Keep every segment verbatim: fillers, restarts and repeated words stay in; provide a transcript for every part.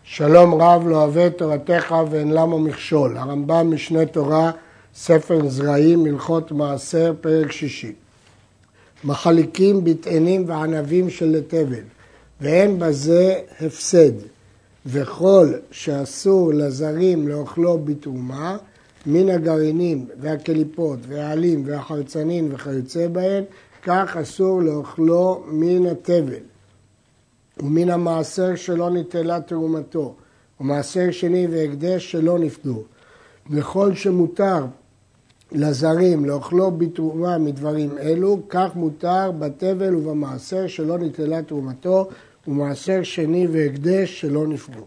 שלום רב לא אוהב את תורתך ואין למה מכשול. הרמב"ם משנה תורה, ספר זרעים, הלכות מעשר, פרק שישי. מחליקים בטענים וענבים של לתבל, ואין בזה הפסד. וכל שאסור לזרים לאוכלו בתרומה, מן הגרעינים והקליפות והעלים והחרצנין וכיוצא בהן, כך אסור לאוכלו מן התבל. ומן המעשר שלא ניטלה תרומתו, ומעשר שני והקדש שלא נפדו. וכל שמותר לזרים לאוכלו בתרומה מדברים אלו, כך מותר בתבל ובמעשר שלא ניטלה תרומתו, ומעשר שני והקדש שלא נפדו.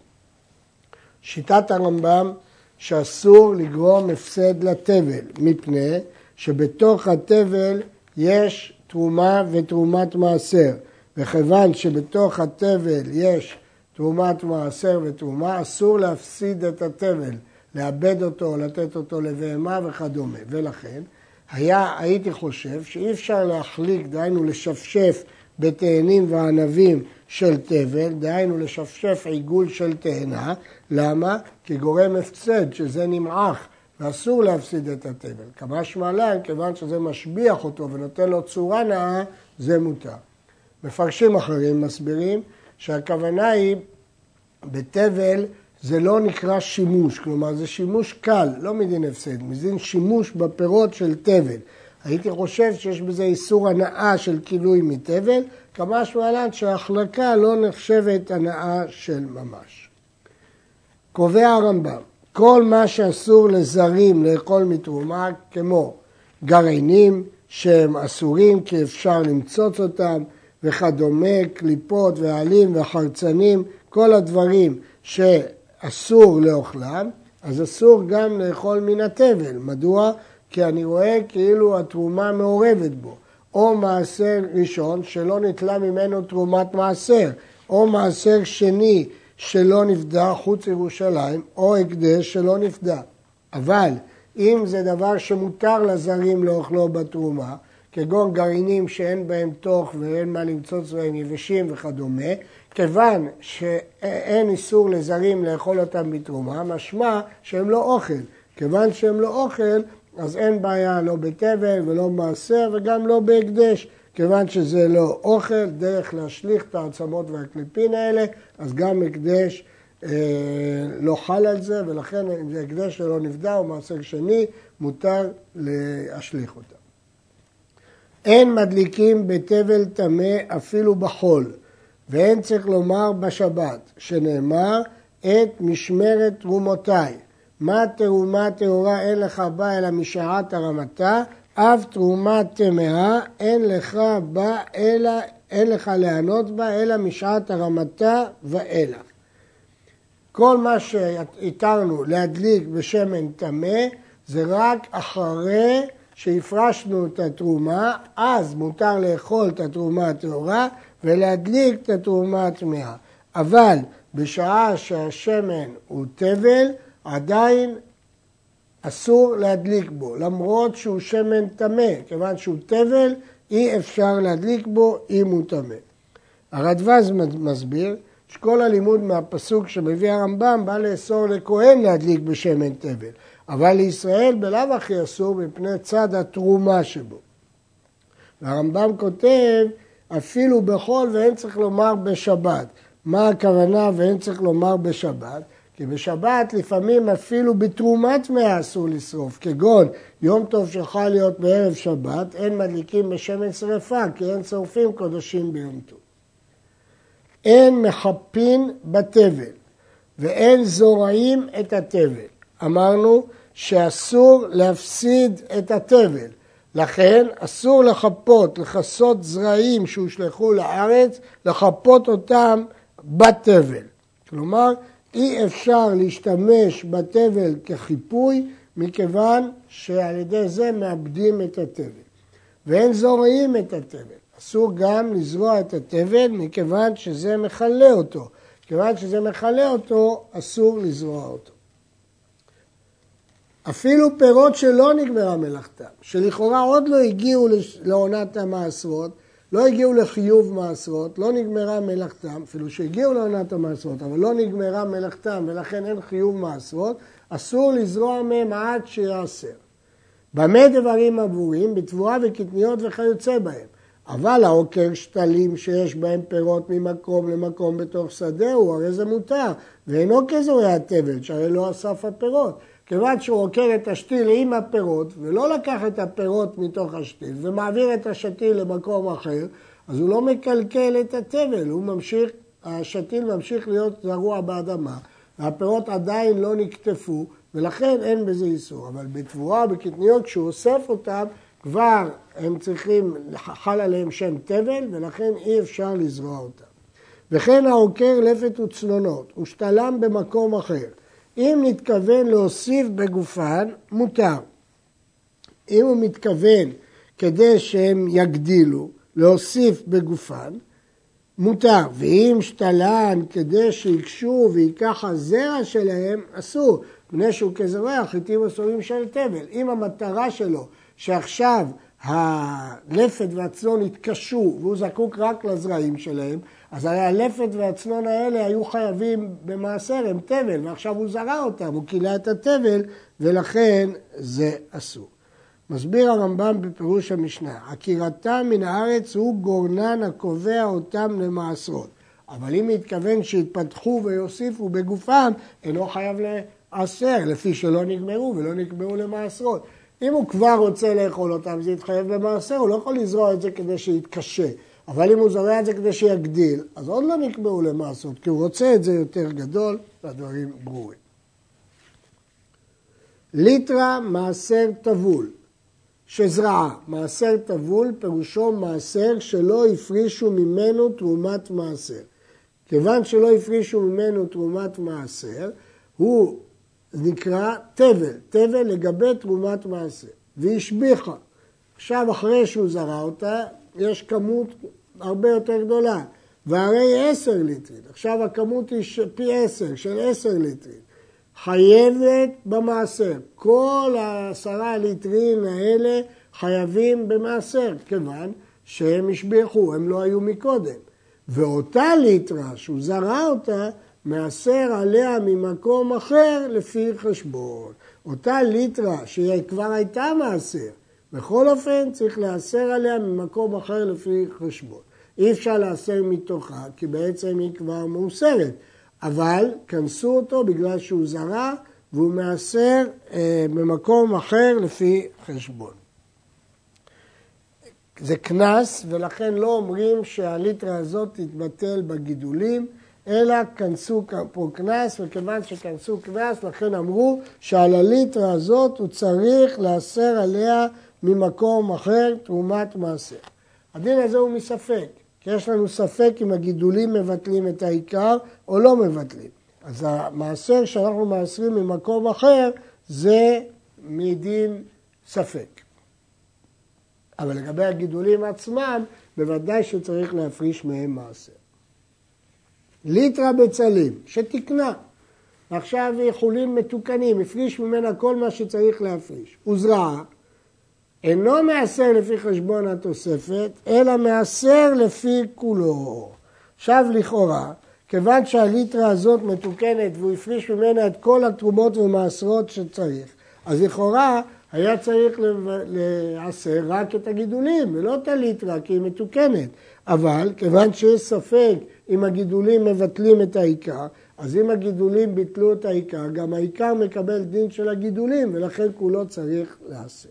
שיטת הרמב"ם שאסור לגרום הפסד לתבל, מפני שבתוך התבל יש תרומה ותרומת מעשר. וכיוון שבתוך התבל יש תרומת מעשר ותרומה, אסור להפסיד את התבל, לאבד אותו, לתת אותו לבהמה וכדומה. ולכן היה, הייתי חושב שאי אפשר להחליק, דהיינו לשפשף בתאנים וענבים של תבל, דהיינו לשפשף עיגול של תאנה. למה? כי גורם הפסד שזה נמעך, ואסור להפסיד את התבל. כמשמע לן, כיוון שזה משביח אותו ונותן לו צורה נאה, זה מותר. מפרשים אחרים מסבירים שהכוונה היא בתבל זה לא נקרא שימוש, כלומר זה שימוש קל, לא מדין הפסד, מדין שימוש בפירות של תבל. הייתי חושב שיש בזה איסור הנאה של כילוי מתבל, כמשמע לן שההחלקה לא נחשבת הנאה של ממש. קובע הרמב"ם, כל מה שאסור לזרים לאכול מתרומה, כמו גרעינים שהם אסורים כי אפשר למצוץ אותם, וכדומה, קליפות ועלים וחרצנים, כל הדברים שאסור לאוכלם, אז אסור גם לאכול מן התבל. מדוע? כי אני רואה כאילו התרומה מעורבת בו. או מעשר ראשון שלא נטלה ממנו תרומת מעשר, או מעשר שני שלא נפדה חוץ ירושלים, או הקדש שלא נפדה. אבל אם זה דבר שמותר לזרים לאוכלו בתרומה, כגון גרעינים שאין בהם תוך ואין מה למצוץ בהם יבשים וכדומה, כיוון שאין איסור לזרים לאכול אותם בתרומה, משמע שהם לא אוכל. כיוון שהם לא אוכל, אז אין בעיה לא בתבל ולא מעשר וגם לא בהקדש. כיוון שזה לא אוכל, דרך להשליך את העצמות והקליפין האלה, אז גם הקדש אה, לא חל על זה, ולכן אם זה הקדש שלא נפדה או מעשר שני, מותר להשליך אותם. אין מדליקים בתבל טמא אפילו בחול, ואין צריך לומר בשבת, שנאמר את משמרת תרומותיי. מה תרומה טהורה אין לך בה אלא משעת הרמתה, אף תרומה טמאה אין לך בה אלא, אין לך לענות בה אלא משעת הרמתה ואילך. כל מה שהתרנו להדליק בשמן טמא זה רק אחרי שהפרשנו את התרומה, אז מותר לאכול את התרומה הטהורה ולהדליק את התרומה הטמאה. אבל בשעה שהשמן הוא תבל, עדיין אסור להדליק בו, למרות שהוא שמן טמא. כיוון שהוא תבל, אי אפשר להדליק בו אם הוא טמא. הרדב"ז מסביר שכל הלימוד מהפסוק שמביא הרמב"ם בא לאסור לכהן להדליק בשמן תבל. אבל לישראל בלאו הכי אסור מפני צד התרומה שבו. והרמב"ם כותב אפילו בחול ואין צריך לומר בשבת. מה הכוונה ואין צריך לומר בשבת? כי בשבת לפעמים אפילו בתרומת טמאה אסור לשרוף. כגון יום טוב שיכול להיות בערב שבת, אין מדליקים בשמן שרפה, כי אין שורפים קודשים ביום טוב. אין מחפין בתבל ואין זורעים את התבל. אמרנו שאסור להפסיד את התבל, לכן אסור לחפות, לחסות זרעים שהושלחו לארץ, לחפות אותם בתבל. כלומר, אי אפשר להשתמש בתבל כחיפוי, מכיוון שעל ידי זה מאבדים את התבל. ואין זורעים את התבל. אסור גם לזרוע את התבל, מכיוון שזה מחלה אותו. כיוון שזה מחלה אותו, אסור לזרוע אותו. אפילו פירות שלא נגמרה מלאכתם, שלכאורה עוד לא הגיעו לעונת המעשרות, לא הגיעו לחיוב מעשרות, לא נגמרה מלאכתם, אפילו שהגיעו לעונת המעשרות, אבל לא נגמרה מלאכתם ולכן אין חיוב מעשרות, אסור לזרוע מהם עד שיעשר. במה דברים עבורים? בתבואה וקטניות וכיוצא בהם. אבל העוקר שתלים שיש בהם פירות ממקום למקום בתוך שדהו, הרי זה מותר, ואינו כזורע תבל, שהרי לא אסף הפירות. כיוון שהוא עוקר את השתיל עם הפירות, ולא לקח את הפירות מתוך השתיל, ומעביר את השתיל למקום אחר, אז הוא לא מקלקל את התבל, הוא ממשיך, השתיל ממשיך להיות זרוע באדמה, והפירות עדיין לא נקטפו, ולכן אין בזה איסור. אבל בתבואה, בקטניות, כשהוא אוסף אותם, כבר הם צריכים, חל עליהם שם תבל, ולכן אי אפשר לזרוע אותם. וכן העוקר לפת וצנונות, ושתלם במקום אחר. אם נתכוון להוסיף בגופן, מותר. אם הוא מתכוון כדי שהם יגדילו, להוסיף בגופן, מותר. ואם שתלן כדי שיקשו ויקח הזרע שלהם, אסור. בני שהוא כזרע, חיטים אסורים של תבל. אם המטרה שלו שעכשיו הלפת והצנון התקשו והוא זקוק רק לזרעים שלהם, אז הרי הלפת והצנון האלה היו חייבים במעשר, הם תבל, ועכשיו הוא זרע אותם, הוא קילה את התבל, ולכן זה אסור. מסביר הרמב"ם בפירוש המשנה, עקירתם מן הארץ הוא גורנן הקובע אותם למעשרות. אבל אם יתכוון שיתפתחו ויוסיפו בגופם, אינו חייב לעשר, לפי שלא נגמרו ולא נקבעו למעשרות. אם הוא כבר רוצה לאכול אותם, זה יתחייב במעשר, הוא לא יכול לזרוע את זה כדי שיתקשה. אבל אם הוא זורע את זה כדי שיגדיל, אז עוד לא נקבעו למעשרות, כי הוא רוצה את זה יותר גדול, והדברים ברורים. ליטרה מעשר טבול, שזרעה, מעשר טבול, פירושו מעשר שלא הפרישו ממנו תרומת מעשר. כיוון שלא הפרישו ממנו תרומת מעשר, הוא נקרא תבל, תבל לגבי תרומת מעשר, והשביחה. עכשיו אחרי שהוא זרע אותה, יש כמות הרבה יותר גדולה, והרי עשר ליטרין, עכשיו הכמות היא פי עשר, של עשר ליטרין, חייבת במעשר. כל העשרה ליטרין האלה חייבים במעשר, כיוון שהם השביחו, הם לא היו מקודם. ואותה ליטרה שהוא זרע אותה, מעשר עליה ממקום אחר לפי חשבון. אותה ליטרה שהיא כבר הייתה מעשר, בכל אופן צריך לעשר עליה ממקום אחר לפי חשבון. אי אפשר לעשר מתוכה, כי בעצם היא כבר מעושרת. אבל כנסו אותו בגלל שהוא זרע, והוא מעשר אה, במקום אחר לפי חשבון. זה כנס, ולכן לא אומרים שהליטרה הזאת תתבטל בגידולים, אלא כנסו פה כנס, וכיוון שכנסו כנס, לכן אמרו שעל הליטרה הזאת הוא צריך לעשר עליה ממקום אחר תרומת מעשר. הדין הזה הוא מספק, כי יש לנו ספק אם הגידולים מבטלים את העיקר או לא מבטלים. אז המעשר שאנחנו מעשרים ממקום אחר זה מדין ספק. אבל לגבי הגידולים עצמם, בוודאי שצריך להפריש מהם מעשר. ליטרה בצלים, שתקנה. עכשיו יכולים מתוקנים, הפריש ממנה כל מה שצריך להפריש. וזרעה, אינו מעשר לפי חשבון התוספת, אלא מעשר לפי כולו. עכשיו לכאורה, כיוון שהליטרה הזאת מתוקנת והוא הפריש ממנה את כל התרומות ומעשרות שצריך, אז לכאורה היה צריך לעשר רק את הגידולים ולא את הליטרה כי היא מתוקנת. אבל כיוון שיש ספק אם הגידולים מבטלים את העיקר, אז אם הגידולים ביטלו את העיקר, גם העיקר מקבל דין של הגידולים ולכן כולו צריך לעשר.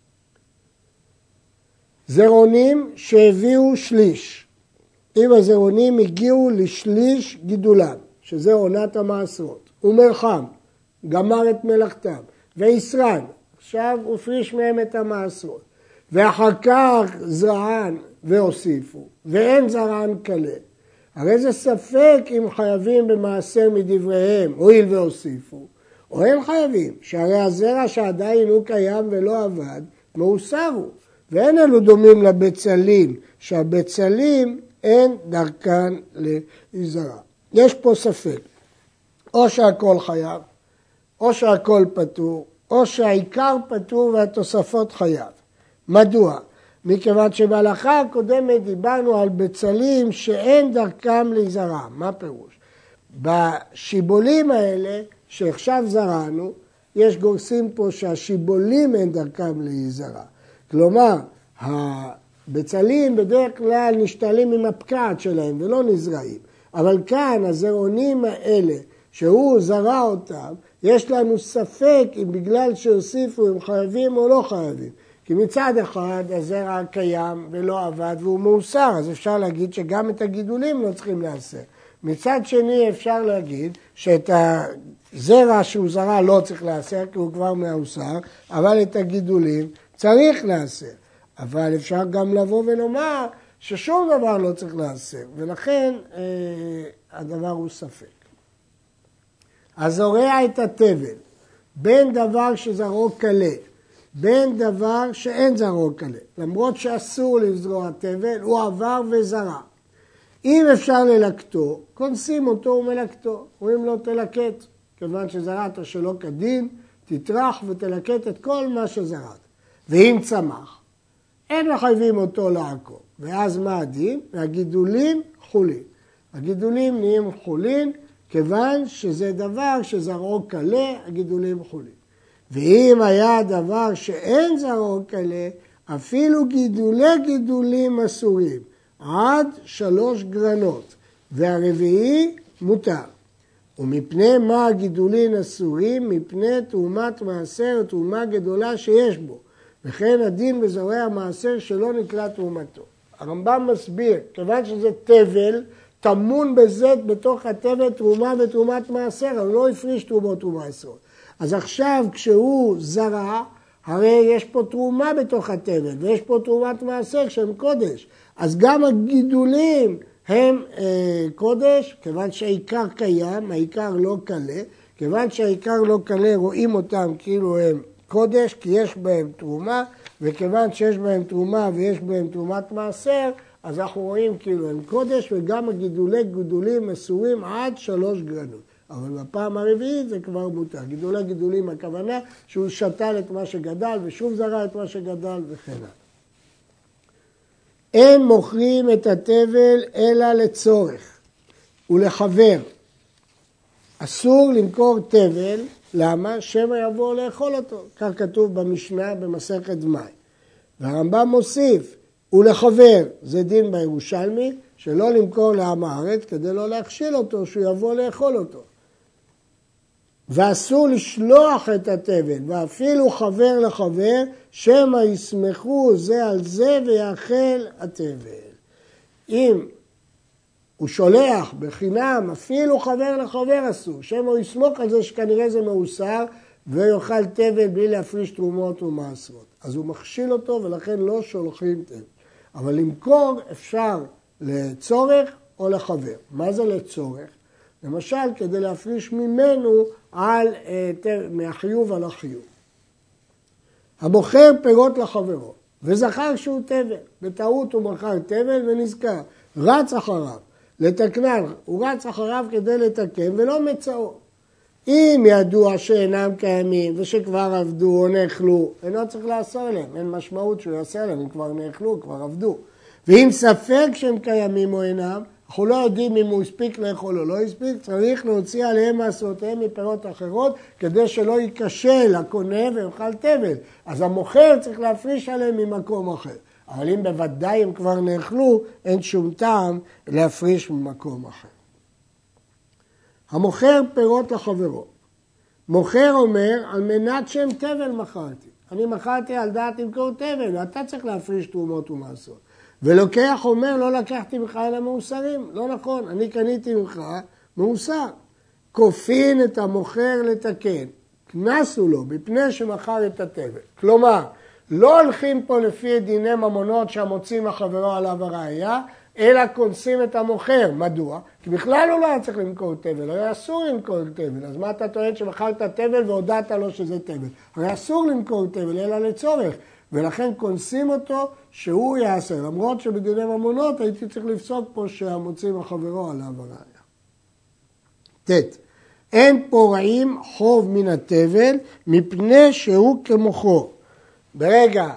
זרעונים שהביאו שליש. אם הזרעונים הגיעו לשליש גידולם, שזה עונת המעשרות, ומרחם, גמר את מלאכתם, וישרן, עכשיו הוא הפריש מהם את המעשרות, ואחר כך זרען והוסיפו, ואין זרען קלה. הרי זה ספק אם חייבים במעשר מדבריהם, הואיל והוסיפו, או הם חייבים, שהרי הזרע שעדיין הוא קיים ולא עבד, מאוסר הוא. ואין אלו דומים לבצלים, שהבצלים אין דרכן להיזרע. יש פה ספק, או שהכל חייב, או שהכל פטור, או שהעיקר פטור והתוספות חייב. מדוע? מכיוון שבהלכה הקודמת דיברנו על בצלים שאין דרכם להיזרע. מה פירוש? בשיבולים האלה שעכשיו זרענו, יש גורסים פה שהשיבולים אין דרכם להיזרע. כלומר, הבצלים בדרך כלל נשתלים עם הפקעת שלהם ולא נזרעים. אבל כאן הזרעונים האלה שהוא זרע אותם, יש לנו ספק אם בגלל שהוסיפו הם חייבים או לא חייבים. כי מצד אחד הזרע קיים ולא עבד והוא מאוסר, אז אפשר להגיד שגם את הגידולים לא צריכים לאסר. מצד שני אפשר להגיד שאת הזרע שהוא זרע לא צריך לאסר כי הוא כבר מאוסר, אבל את הגידולים צריך לאסר. אבל אפשר גם לבוא ולומר ששום דבר לא צריך לאסר, ולכן אה, הדבר הוא ספק. הזורע את התבל, בין דבר שזרעו קלה, בין דבר שאין זרעו קלה. למרות שאסור לזרוע תבל, הוא עבר וזרע. אם אפשר ללקטו, כונסים אותו ומלקטו. אומרים לו תלקט, כיוון שזרעת שלא כדין, תטרח ותלקט את כל מה שזרעת. ואם צמח, אין מחייבים אותו לעקור. ואז מה הדין? והגידולים חולין. הגידולים נהיים חולין, כיוון שזה דבר שזרעו קלה, הגידולים חולין. ואם היה דבר שאין זרעו קלה, אפילו גידולי גידולים אסורים, עד שלוש גרנות, והרביעי מותר. ומפני מה הגידולים אסורים? מפני תרומת מעשר, תרומה גדולה שיש בו. וכן הדין בזורע מעשר שלא נקלט תרומתו. הרמב"ם מסביר, כיוון שזה תבל, טמון בזית בתוך התבל תרומה ותרומת מעשר, אבל לא הפריש תרומות ומעשרות. אז עכשיו כשהוא זרע, הרי יש פה תרומה בתוך התבל, ויש פה תרומת מעשר שהם קודש. אז גם הגידולים הם אה, קודש, כיוון שהעיקר קיים, העיקר לא קלה. כיוון שהעיקר לא קלה, רואים אותם כאילו הם קודש, כי יש בהם תרומה, וכיוון שיש בהם תרומה ויש בהם תרומת מעשר, אז אנחנו רואים כאילו הם קודש, וגם הגידולי גידולים אסורים עד שלוש גרנות. אבל בפעם הרביעית זה כבר מותר. גידולי גידולים הכוונה שהוא שתל את מה שגדל, ושוב זרע את מה שגדל וכן הלאה. אין מוכרים את התבל אלא לצורך ולחבר. אסור למכור תבל, למה? שמא יבוא לאכול אותו. כך כתוב במשנה במסכת מים. והרמב"ם מוסיף, ולחבר, זה דין בירושלמי, שלא למכור לעם הארץ כדי לא להכשיל אותו, שהוא יבוא לאכול אותו. ואסור לשלוח את התבל, ואפילו חבר לחבר, שמא יסמכו זה על זה ויאכל התבל. אם הוא שולח בחינם, אפילו חבר לחבר אסור, שמא הוא יסמוך על זה שכנראה זה מאוסר, ויאכל תבל בלי להפריש תרומות ומעשרות. אז הוא מכשיל אותו ולכן לא שולחים תבל. אבל למכור אפשר לצורך או לחבר. מה זה לצורך? למשל, כדי להפריש ממנו על, מהחיוב על החיוב. המוכר פירות לחברו, וזכר שהוא תבל. בטעות הוא מכר תבל ונזכר. רץ אחריו, לתקנן. הוא רץ אחריו כדי לתקן ולא מצאו. אם ידוע שאינם קיימים ושכבר עבדו או נאכלו, אינו צריך לאסור להם. אין משמעות שהוא יאסר להם, הם כבר נאכלו, כבר עבדו. ואם ספק שהם קיימים או אינם, אנחנו לא יודעים אם הוא הספיק לאכול או לא הספיק, צריך להוציא עליהם מעשרותיהם מפירות אחרות, כדי שלא ייכשל הקונה ויאכל תבל. אז המוכר צריך להפריש עליהם ממקום אחר. אבל אם בוודאי הם כבר נאכלו, אין שום טעם להפריש ממקום אחר. המוכר פירות לחברו. מוכר אומר, על מנת שהם תבל מכרתי. אני מכרתי על דעת למכור תבל, ואתה צריך להפריש תרומות ומעשרות. ולוקח אומר, לא לקחתי ממך אלא מאוסרים. לא נכון, אני קניתי ממך מאוסר. כופין את המוכר לתקן. כנסו לו, בפני שמכר את התבל. כלומר, לא הולכים פה לפי דיני ממונות שהמוצאים לחברו עליו הראייה, אלא כונסים את המוכר. מדוע? כי בכלל הוא לא היה צריך למכור תבל, הרי אסור למכור תבל. אז מה אתה טוען שמכרת תבל והודעת לו שזה תבל? הרי אסור למכור תבל, אלא לצורך. ולכן כונסים אותו שהוא יעשה. למרות שבדיני ממונות הייתי צריך לפסוק פה שהמוצאים לחברו עליו הראייה. ת' אין פורעים חוב מן התבל מפני שהוא כמוכו. ברגע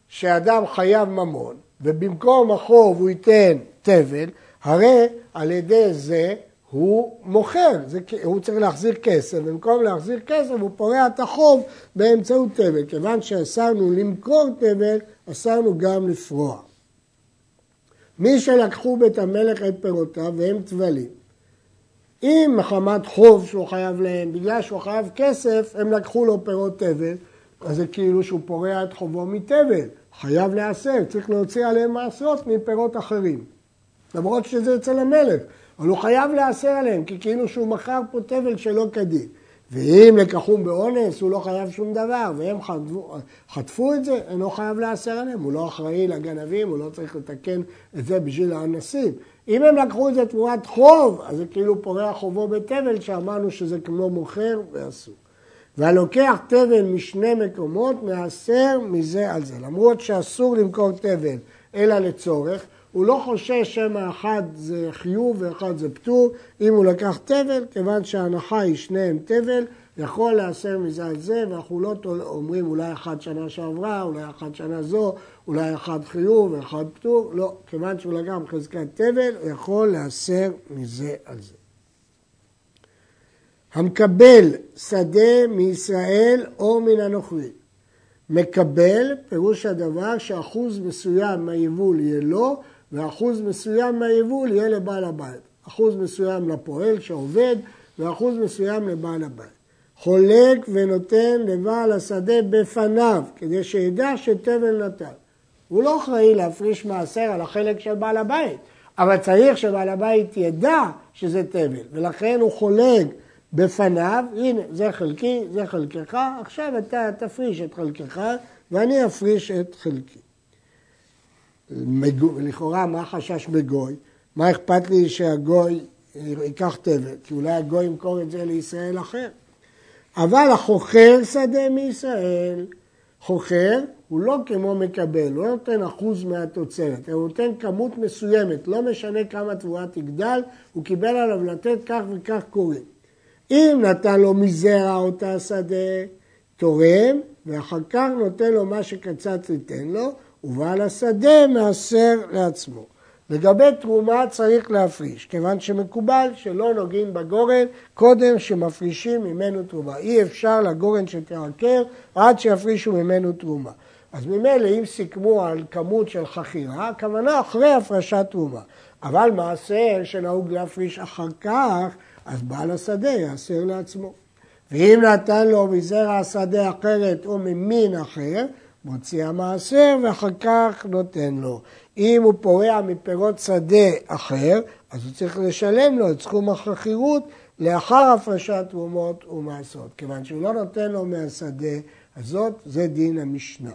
שאדם חייב ממון, ובמקום החוב הוא ייתן תבל, הרי על ידי זה הוא מוכר, זה, הוא צריך להחזיר כסף, במקום להחזיר כסף הוא פורע את החוב באמצעות תבל. כיוון שאסרנו למכור תבל, אסרנו גם לפרוע. מי שלקחו בית המלך את פירותיו והם תבלים, אם מחמת חוב שהוא חייב להם, בגלל שהוא חייב כסף, הם לקחו לו פירות תבל, אז זה כאילו שהוא פורע את חובו מתבל, חייב להיאסר, צריך להוציא עליהם מעשרות מפירות אחרים. למרות שזה אצל המלך, אבל הוא חייב להיאסר עליהם, כי כאילו שהוא מכר פה תבל שלא כדין. ואם לקחום באונס, הוא לא חייב שום דבר, והם חטפו, חטפו את זה, אינו חייב להיאסר עליהם, הוא לא אחראי לגנבים, הוא לא צריך לתקן את זה בשביל האנסים. אם הם לקחו את זה תמורת חוב, אז זה כאילו פורע חובו בתבל, שאמרנו שזה כמו מוכר ועשו. והלוקח תבל משני מקומות, מאסר מזה על זה. למרות שאסור למכור תבל, אלא לצורך, הוא לא חושש שמה אחד זה חיוב ואחד זה פטור. אם הוא לקח תבל, כיוון שההנחה היא שניהם תבל, יכול להסר מזה על זה, ואנחנו לא אומרים אולי אחד שנה שעברה, אולי אחד שנה זו, אולי אחד חיוב ואחד פטור. לא, כיוון שהוא לקח בחזקת תבל, הוא יכול להסר מזה על זה. המקבל שדה מישראל או מן הנוכרי. מקבל, פירוש הדבר שאחוז מסוים מהיבול יהיה לו, ואחוז מסוים מהיבול יהיה לבעל הבית. אחוז מסוים לפועל שעובד, ואחוז מסוים לבעל הבית. חולק ונותן לבעל השדה בפניו, כדי שידע שתבל נתן. הוא לא אחראי להפריש מעשר על החלק של בעל הבית, אבל צריך שבעל הבית ידע שזה תבל, ולכן הוא חולק בפניו, הנה זה חלקי, זה חלקך, עכשיו אתה תפריש את חלקך ואני אפריש את חלקי. לכאורה מה החשש בגוי? מה אכפת לי שהגוי ייקח תבל? כי אולי הגוי ימכור את זה לישראל אחר. אבל החוכר שדה מישראל, חוכר הוא לא כמו מקבל, הוא לא נותן אחוז מהתוצרת, הוא נותן כמות מסוימת, לא משנה כמה תבואה תגדל, הוא קיבל עליו לתת כך וכך קוראים. אם נתן לו מזרע אותה שדה, תורם, ואחר כך נותן לו מה שקצת ייתן לו, ובעל השדה מאסר לעצמו. לגבי תרומה צריך להפריש, כיוון שמקובל שלא נוגעים בגורן קודם שמפרישים ממנו תרומה. אי אפשר לגורן שתעקר עד שיפרישו ממנו תרומה. אז ממילא אם סיכמו על כמות של חכירה, הכוונה אחרי הפרשת תרומה. אבל מעשר שנהוג להפריש אחר כך, אז בעל השדה יאסר לעצמו. ואם נתן לו מזרע השדה אחרת או ממין אחר, מוציא המעשר ואחר כך נותן לו. אם הוא פורע מפירות שדה אחר, אז הוא צריך לשלם לו את סכום החכירות לאחר הפרשת תרומות ומעשרות. כיוון שהוא לא נותן לו מהשדה הזאת, זה דין המשנה.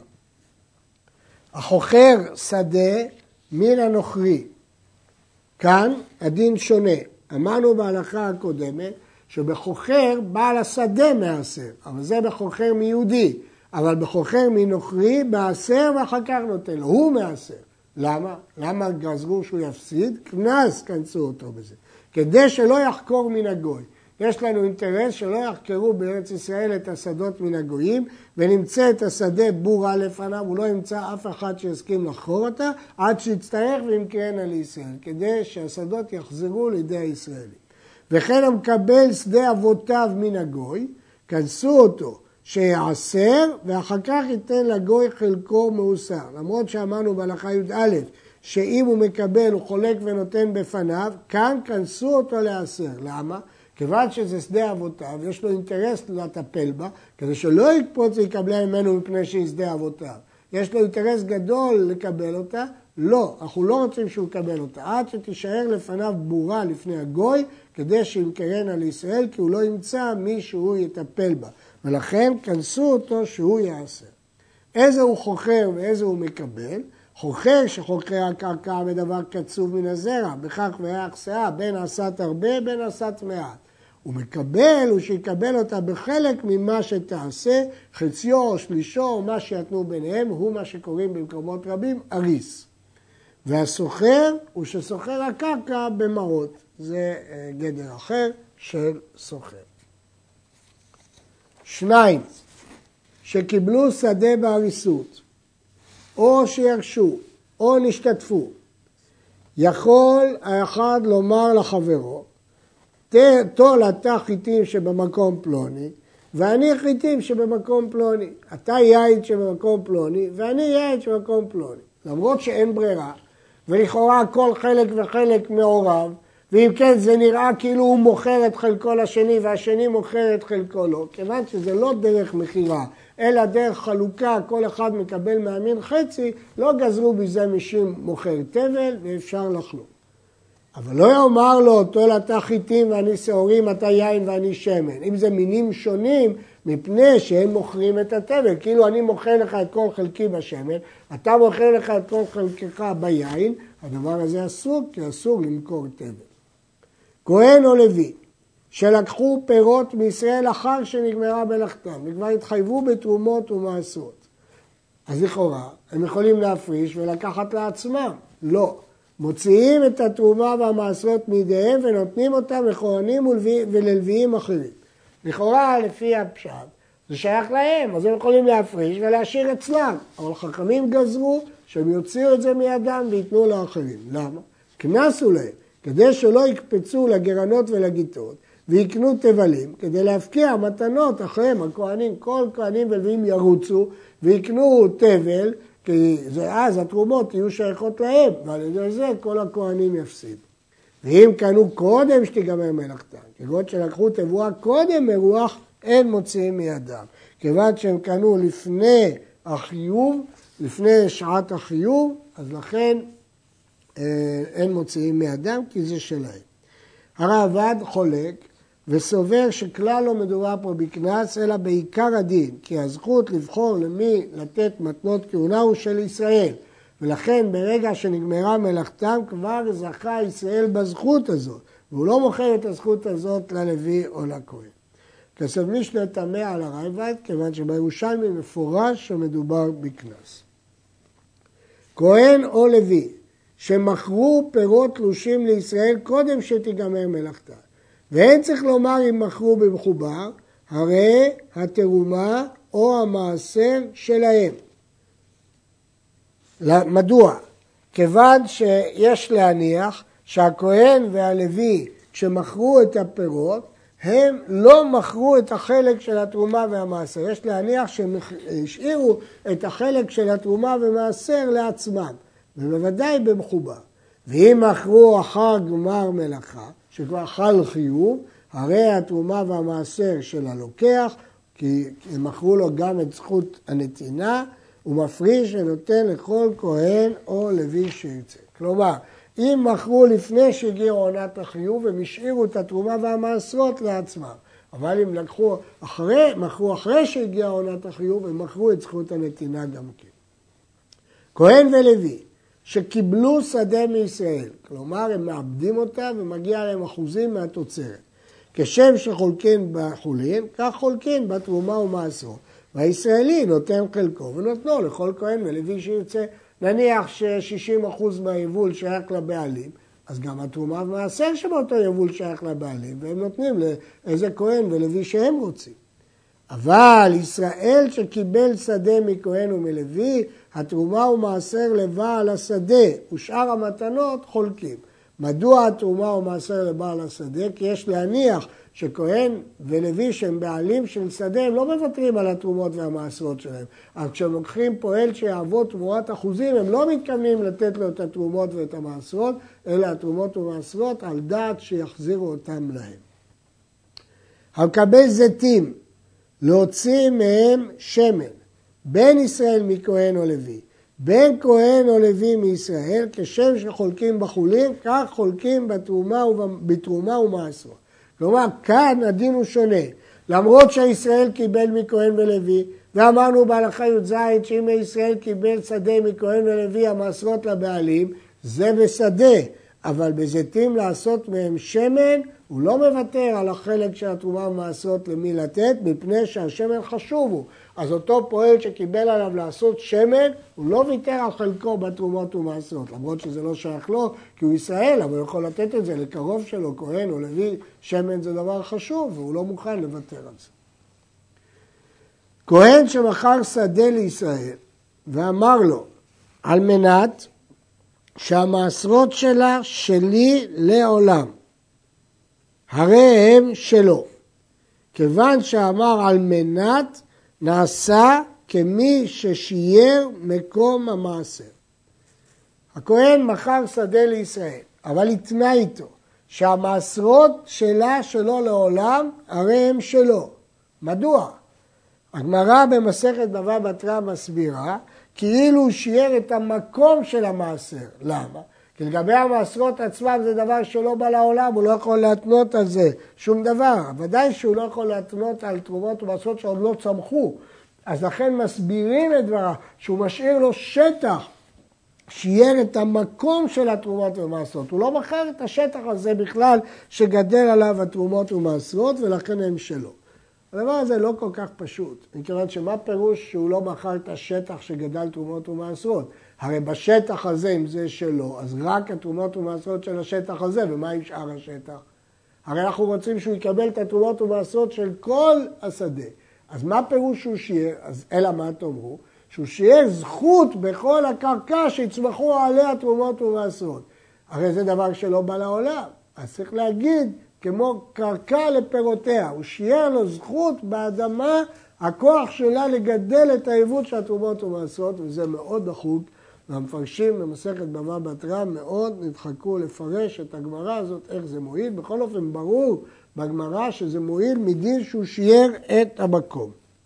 החוכר שדה מן הנוכרי. כאן הדין שונה. אמרנו בהלכה הקודמת שבחוכר בעל השדה מעשר, אבל זה בחוכר מיהודי. אבל בחוכר מנוכרי מעשר ואחר כך נותן לו, הוא מעשר. למה? למה גזרו שהוא יפסיד? כנס כנסו אותו בזה. כדי שלא יחקור מן הגוי. יש לנו אינטרס שלא יחקרו בארץ ישראל את השדות מן הגויים, ונמצא את השדה בורה לפניו, הוא לא ימצא אף אחד שיסכים לחקור אותה, עד שיצטרך וימכרנה לישראל, כדי שהשדות יחזרו לידי הישראלים. וכן המקבל שדה אבותיו מן הגוי, כנסו אותו, שיעשר ואחר כך ייתן לגוי חלקו מאוסר. למרות שאמרנו בהלכה י"א שאם הוא מקבל הוא חולק ונותן בפניו, כאן כנסו אותו לעשר. למה? כיוון שזה שדה אבותיו, יש לו אינטרס לטפל בה, כדי שלא יקפוץ ויקבלה ממנו מפני שהיא שדה אבותיו. יש לו אינטרס גדול לקבל אותה, לא, אנחנו לא רוצים שהוא יקבל אותה, עד שתישאר לפניו בורה לפני הגוי, כדי שימכרנה לישראל, כי הוא לא ימצא מי שהוא יטפל בה. ולכן כנסו אותו שהוא יעשר. איזה הוא חוכר ואיזה הוא מקבל? חוכר שחוכר הקרקע בדבר קצוב מן הזרע, בכך ויח שאה, בין עשת הרבה, בין עשת מעט. הוא מקבל, הוא שיקבל אותה בחלק ממה שתעשה, חציו או שלישו או מה שיתנו ביניהם, הוא מה שקוראים במקומות רבים, אריס. והסוחר הוא שסוחר הקרקע במעות. זה גדר אחר של סוחר. שניים, שקיבלו שדה בהריסות. או שירשו, או נשתתפו. יכול האחד לומר לחברו, תול אתה חיטים שבמקום פלוני, ואני חיטים שבמקום פלוני. אתה יין שבמקום פלוני, ואני יין שבמקום פלוני. למרות שאין ברירה, ולכאורה כל חלק וחלק מעורב, ואם כן זה נראה כאילו הוא מוכר את חלקו לשני, והשני מוכר את חלקו לו. כיוון שזה לא דרך מחירה, אלא דרך חלוקה, כל אחד מקבל מהמין חצי, לא גזרו בזה משום מוכר תבל, ואפשר לחלוק. אבל לא יאמר לו, תול אתה חיטים ואני שעורים, אתה יין ואני שמן. אם זה מינים שונים, מפני שהם מוכרים את התבל. כאילו אני מוכר לך את כל חלקי בשמן, אתה מוכר לך את כל חלקך ביין, הדבר הזה אסור, כי אסור למכור תבל. כהן או לוי, שלקחו פירות מישראל אחר שנגמרה מלאכתם, וכבר התחייבו בתרומות ומעשרות. אז לכאורה, הם יכולים להפריש ולקחת לעצמם. לא. מוציאים את התרומה והמעשרות מידיהם ונותנים אותם לכהנים וללוויים אחרים. לכאורה, לפי הפשט, זה שייך להם, אז הם יכולים להפריש ולהשאיר אצלם. אבל חכמים גזרו שהם יוציאו את זה מידם ויתנו לאחרים. למה? כנסו להם, כדי שלא יקפצו לגרנות ולגיטות, ויקנו תבלים, כדי להפקיע מתנות אחריהם, הכהנים, כל כהנים ולוויים ירוצו, ויקנו תבל, כי אז התרומות יהיו שייכות להם, ועל ידי זה כל הכהנים יפסידו. ואם קנו קודם שתיגמר מלאכתם, כגון שלקחו תבואה קודם מרוח, אין מוציאים מידם. כיוון שהם קנו לפני החיוב, לפני שעת החיוב, אז לכן אין מוציאים מידם, כי זה שלהם. הרעב"ד חולק וסובר שכלל לא מדובר פה בקנס, אלא בעיקר הדין, כי הזכות לבחור למי לתת מתנות כהונה הוא של ישראל, ולכן ברגע שנגמרה מלאכתם כבר זכה ישראל בזכות הזאת, והוא לא מוכר את הזכות הזאת ללוי או לכהן. כסף משנה תמה על הרעב"ד, כיוון שבירושלמי מפורש שמדובר בקנס. כהן או לוי, שמכרו פירות תלושים לישראל קודם שתיגמר מלאכתם, ואין צריך לומר אם מכרו במחובר, הרי התרומה או המעשר שלהם. מדוע? כיוון שיש להניח שהכהן והלוי, כשמכרו את הפירות, הם לא מכרו את החלק של התרומה והמעשר. יש להניח שהם השאירו את החלק של התרומה והמעשר לעצמם, ובוודאי במחובר. ואם מכרו אחר גמר מלאכה, שכבר חל חיוב, הרי התרומה והמעשר של הלוקח, כי הם מכרו לו גם את זכות הנתינה, הוא מפריש ונותן לכל כהן או לוי שירצה. כלומר, אם מכרו לפני שהגיעו עונת החיוב, הם השאירו את התרומה והמעשרות לעצמם. אבל אם לקחו אחרי, מכרו אחרי שהגיעה עונת החיוב, הם מכרו את זכות הנתינה גם כן. כהן ולוי, שקיבלו שדה מישראל, כלומר הם מאבדים אותה ומגיע להם אחוזים מהתוצרת. כשם שחולקים בחולין, כך חולקים בתרומה ומעשרות. והישראלי נותן חלקו ונותנו לכל כהן ולוי שירצה. נניח ש-שישים אחוז מהיבול שייך לבעלים, אז גם התרומה ומעשר שבאותו יבול שייך לבעלים, והם נותנים לאיזה כהן ולוי שהם רוצים. אבל ישראל שקיבל שדה מכהן ומלוי, התרומה ומעשר לבעל השדה ושאר המתנות חולקים. מדוע התרומה ומעשר לבעל השדה? כי יש להניח שכהן ולוי שהם בעלים של שדה, הם לא מוותרים על התרומות והמעשרות שלהם. אבל כשהם לוקחים פועל שיעבוד תמורת אחוזים, הם לא מתכוונים לתת לו את התרומות ואת המעשרות, אלא התרומות ומעשרות על דעת שיחזירו אותם להם. המקבל זיתים, להוציא מהם שמן, בין ישראל מכהן או לוי, בין כהן או לוי מישראל, כשם שחולקים בחולין, כך חולקים בתרומה, בתרומה ומעשרות. כלומר, כאן הדין הוא שונה. למרות שישראל קיבל מכהן ולוי, ואמרנו בהלכה י"ז שאם ישראל קיבל שדה מכהן ולוי, המעשרות לבעלים, זה בשדה. אבל בזיתים לעשות מהם שמן, הוא לא מוותר על החלק של התרומה ומעשרות למי לתת, מפני שהשמן חשוב הוא. אז אותו פועל שקיבל עליו לעשות שמן, הוא לא ויתר על חלקו בתרומות ומעשרות, למרות שזה לא שייך לו, כי הוא ישראל, אבל הוא יכול לתת את זה לקרוב שלו, כהן או לוי, שמן זה דבר חשוב, והוא לא מוכן לוותר על זה. כהן שמכר שדה לישראל, ואמר לו, על מנת שהמעשרות שלה שלי לעולם, הרי הם שלו. כיוון שאמר על מנת, נעשה כמי ששייר מקום המעשר. הכהן מכר שדה לישראל, אבל התנה איתו שהמעשרות שלה שלו לעולם, הרי הם שלו. מדוע? הגמרא במסכת בבא בתרא מסבירה, כאילו הוא שייר את המקום של המעשר. למה? כי לגבי המעשרות עצמם זה דבר שלא בא לעולם, הוא לא יכול להתנות על זה שום דבר. ודאי שהוא לא יכול להתנות על תרומות ומעשרות שעוד לא צמחו. אז לכן מסבירים את דברה, שהוא משאיר לו שטח, שייר את המקום של התרומות ומעשרות. הוא לא מכר את השטח הזה בכלל שגדל עליו התרומות ומעשרות, ולכן הם שלו. הדבר הזה לא כל כך פשוט, מכיוון שמה פירוש שהוא לא מכר את השטח שגדל תרומות ומעשרות? הרי בשטח הזה, אם זה שלו, אז רק התרומות ומעשרות של השטח הזה, ומה עם שאר השטח? הרי אנחנו רוצים שהוא יקבל את התרומות ומעשרות של כל השדה. אז מה פירוש שהוא שייר? אז אלא מה תאמרו? שהוא שייר זכות בכל הקרקע שיצמחו עליה תרומות ומעשרות. הרי זה דבר שלא בא לעולם. אז צריך להגיד, כמו קרקע לפירותיה, הוא שייר לו זכות באדמה, הכוח שלה לגדל את העיוות של התרומות ומעשרות, וזה מאוד דחוק. והמפרשים במסכת בבא בתרא מאוד נדחקו לפרש את הגמרא הזאת, איך זה מועיל. בכל אופן ברור בגמרא שזה מועיל מדין שהוא שייר את המקום.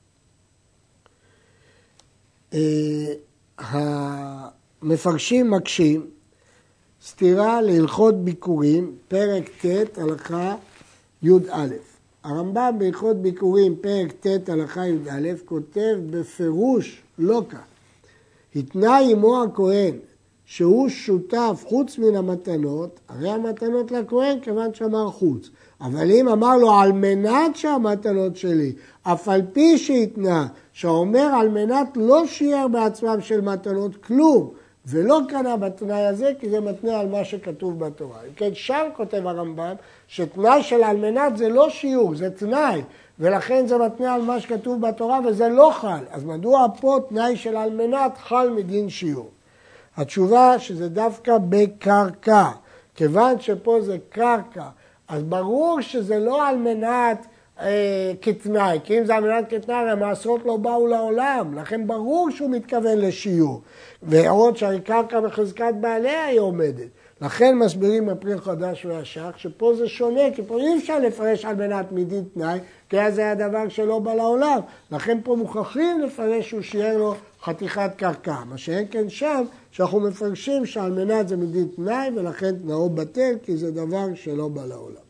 המפרשים מקשים סתירה להלכות ביקורים, פרק ט' הלכה י"א. הרמב"ם בהלכות ביקורים, פרק ט' הלכה י"א, כותב בפירוש לא כך. התנה עמו הכהן שהוא שותף חוץ מן המתנות, הרי המתנות לכהן כיוון שאמר חוץ. אבל אם אמר לו על מנת שהמתנות שלי, אף על פי שהתנה, שאומר על מנת לא שיער בעצמם של מתנות כלום, ולא קנה בתנאי הזה, כי זה מתנה על מה שכתוב בתורה. כן, שם כותב הרמב"ם, שתנאי של על מנת זה לא שיעור, זה תנאי, ולכן זה מתנה על מה שכתוב בתורה, וזה לא חל. אז מדוע פה תנאי של על מנת חל מדין שיעור? התשובה שזה דווקא בקרקע, כיוון שפה זה קרקע, אז ברור שזה לא על מנת אה, כתנאי, כי אם זה על מנת כתנאי, המעשרות לא באו לעולם, לכן ברור שהוא מתכוון לשיעור. ועוד שהרי קרקע בחזקת בעליה היא עומדת. לכן מסבירים הפרי חדש והשח, שפה זה שונה, כי פה אי אפשר לפרש על מנת מדין תנאי, כי אז זה היה דבר שלא בא לעולם. לכן פה מוכרחים לפרש שהוא שיער לו חתיכת קרקע. מה שאין כן שם, שאנחנו מפרשים שעל מנת זה מדין תנאי, ולכן תנאו בטל, כי זה דבר שלא בא לעולם.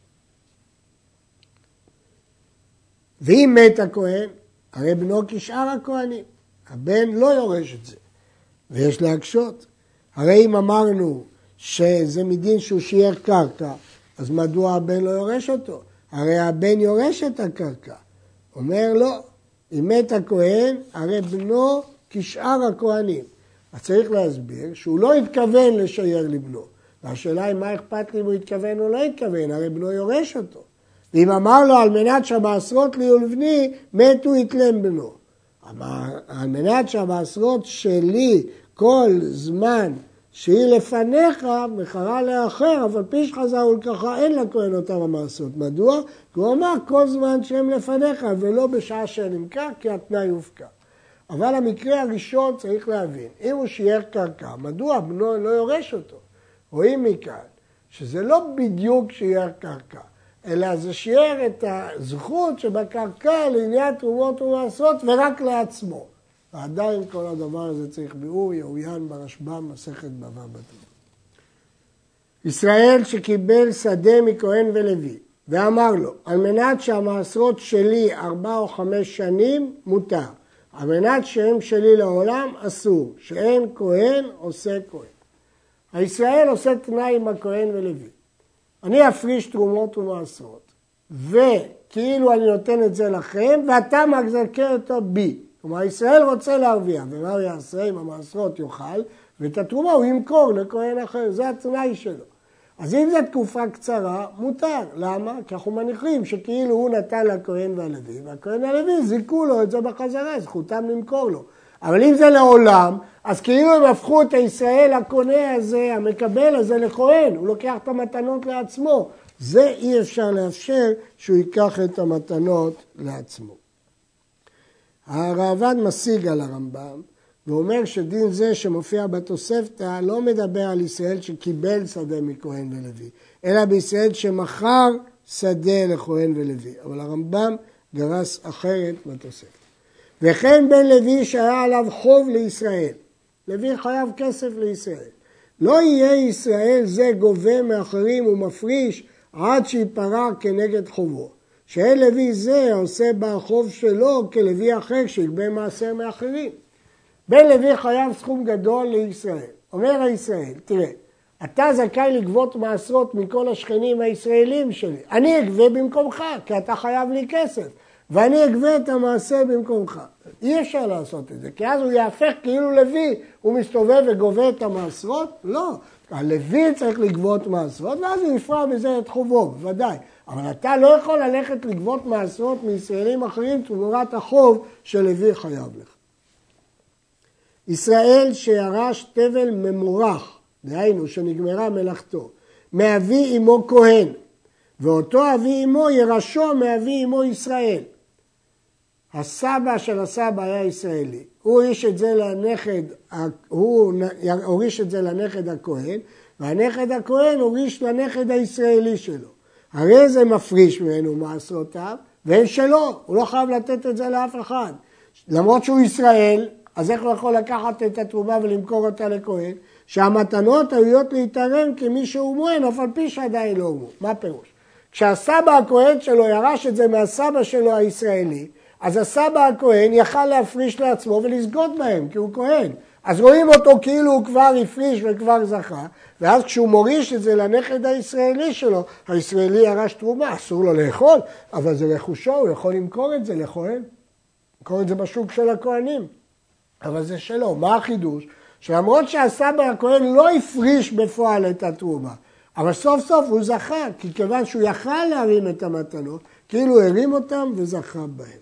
ואם מת הכהן, הרי בנו כשאר הכהנים. הבן לא יורש את זה, ויש להקשות. הרי אם אמרנו שזה מדין שהוא שיער קרקע, אז מדוע הבן לא יורש אותו? הרי הבן יורש את הקרקע. אומר לא, אם מת הכהן, הרי בנו כשאר הכהנים. אז צריך להסביר שהוא לא התכוון לשייר לבנו. והשאלה היא מה אכפת לי אם הוא התכוון או לא התכוון, הרי בנו יורש אותו. ואם אמר לו על מנת שהמעשרות לי ולבני, מתו יתלם בנו. על מנת שהמעשרות שלי כל זמן שהיא לפניך, מכרה לאחר, אבל פי שחזר ולקחה, אין לכהן אותם המעשרות. מדוע? כי הוא אמר כל זמן שהם לפניך, ולא בשעה שנמכר, כי התנאי הופקע. אבל המקרה הראשון צריך להבין, אם הוא שיער קרקע, מדוע בנו לא יורש אותו? רואים מכאן שזה לא בדיוק שיער קרקע, אלא זה שיער את הזכות שבקרקע לעניין תרומות ומעשרות ורק לעצמו. ועדיין כל הדבר הזה צריך ביאור, יעוין ברשב"ם מסכת בבא בתרא. ישראל שקיבל שדה מכהן ולוי, ואמר לו, על מנת שהמעשרות שלי ארבע או חמש שנים מותר, על מנת שהם שלי לעולם אסור, שאין כהן עושה כהן. הישראל עושה תנאי עם הכהן ולוי. אני אפריש תרומות ומעשרות, וכאילו אני נותן את זה לכם, ואתה מחזקה אותו בי. כלומר, ישראל רוצה להרוויח, ומה הוא יעשה עם המעשרות יאכל, ואת התרומה הוא ימכור לכהן אחר, זה התנאי שלו. אז אם זו תקופה קצרה, מותר. למה? כי אנחנו מניחים שכאילו הוא נתן לכהן והלוי, והכהן והלוי זיקו לו את זה בחזרה, זכותם למכור לו. אבל אם זה לעולם, אז כאילו הם הפכו את הישראל הקונה הזה, המקבל הזה לכהן, הוא לוקח את המתנות לעצמו. זה אי אפשר לאפשר שהוא ייקח את המתנות לעצמו. הראב"ד משיג על הרמב"ם, ואומר שדין זה שמופיע בתוספתא לא מדבר על ישראל שקיבל שדה מכהן ולוי, אלא בישראל שמכר שדה לכהן ולוי. אבל הרמב"ם גרס אחרת בתוספתא. וכן בן לוי שהיה עליו חוב לישראל. לוי חייב כסף לישראל. לא יהיה ישראל זה גובה מאחרים ומפריש עד שיפרע כנגד חובו. שאין לוי זה עושה בחוב שלו כלוי אחר שיגבה מעשר מאחרים. בן לוי חייב סכום גדול לישראל. אומר הישראל, תראה, אתה זכאי לגבות מעשרות מכל השכנים הישראלים שלי. אני אגבה במקומך, כי אתה חייב לי כסף. ואני אגבה את המעשר במקומך. אי אפשר לעשות את זה, כי אז הוא יהפך כאילו לוי, הוא מסתובב וגובה את המעשרות? לא. הלוי צריך לגבות מעשרות, ואז הוא יפרע בזה את חובו, בוודאי. אבל אתה לא יכול ללכת לגבות מעשרות מישראלים אחרים תמורת החוב שלוי חייב לך. ישראל שירש תבל ממורח, דהיינו שנגמרה מלאכתו, מאבי אמו כהן, ואותו אבי אמו ירשו מאבי אמו ישראל. הסבא של הסבא היה ישראלי, הוא הוריש את זה לנכד, הוא הוריש את זה לנכד הכהן, והנכד הכהן הוריש לנכד הישראלי שלו. הרי זה מפריש ממנו מעשרותיו, והם שלו, הוא לא חייב לתת את זה לאף אחד. למרות שהוא ישראל, אז איך הוא יכול לקחת את התרומה ולמכור אותה לכהן? שהמתנות היו להתערם כמי שהוא מוהן, אף על פי שעדיין לא הוא. מה פירוש? כשהסבא הכהן שלו ירש את זה מהסבא שלו הישראלי, אז הסבא הכהן יכל להפריש לעצמו ולסגוד בהם, כי הוא כהן. אז רואים אותו כאילו הוא כבר הפריש וכבר זכה, ואז כשהוא מוריש את זה לנכד הישראלי שלו, הישראלי ירש תרומה, אסור לו לאכול, אבל זה רכושו, הוא יכול למכור את זה לכהן. למכור את זה בשוק של הכהנים. אבל זה שלו. מה החידוש? שלמרות שהסבא הכהן לא הפריש בפועל את התרומה, אבל סוף סוף הוא זכה, כי כיוון שהוא יכל להרים את המתנות, כאילו הרים אותם וזכה בהם.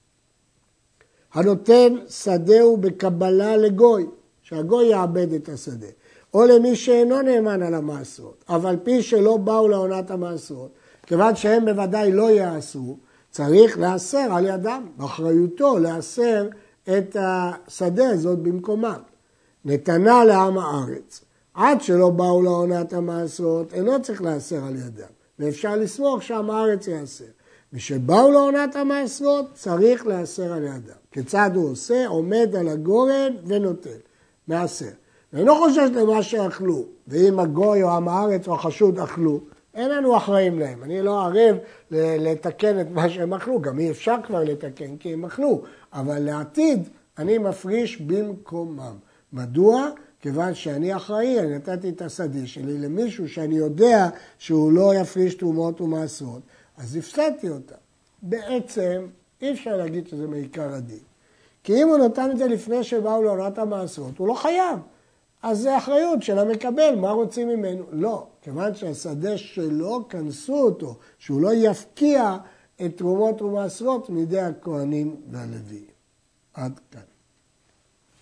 הנותן שדהו בקבלה לגוי, שהגוי יעבד את השדה, או למי שאינו נאמן על המעשרות, אבל פי שלא באו לעונת המעשרות, כיוון שהם בוודאי לא יעשו, צריך לאסר על ידם, באחריותו לאסר את השדה הזאת במקומם. נתנה לעם הארץ, עד שלא באו לעונת המעשרות, אינו צריך לאסר על ידם, ואפשר לסמוך שעם הארץ יאסר. ושבאו לעונת המעשרות, צריך לאסר על ידם. כיצד הוא עושה? עומד על הגורן ונוטל, מאסר. ואינו חושש למה שאכלו, ואם הגוי או עם הארץ או החשוד אכלו, אין לנו אחראים להם. אני לא ערב לתקן את מה שהם אכלו, גם אי אפשר כבר לתקן כי הם אכלו, אבל לעתיד אני מפריש במקומם. מדוע? כיוון שאני אחראי, אני נתתי את השדה שלי למישהו שאני יודע שהוא לא יפריש תרומות ומעשרות, אז הפסדתי אותה. בעצם אי אפשר להגיד שזה מעיקר הדין. כי אם הוא נתן את זה לפני שבאו לעונת המעשרות, הוא לא חייב. אז זה אחריות של המקבל, מה רוצים ממנו? לא, כיוון שהשדה שלו כנסו אותו, שהוא לא יפקיע את תרומות ומעשרות מידי הכהנים והלוויים. עד כאן.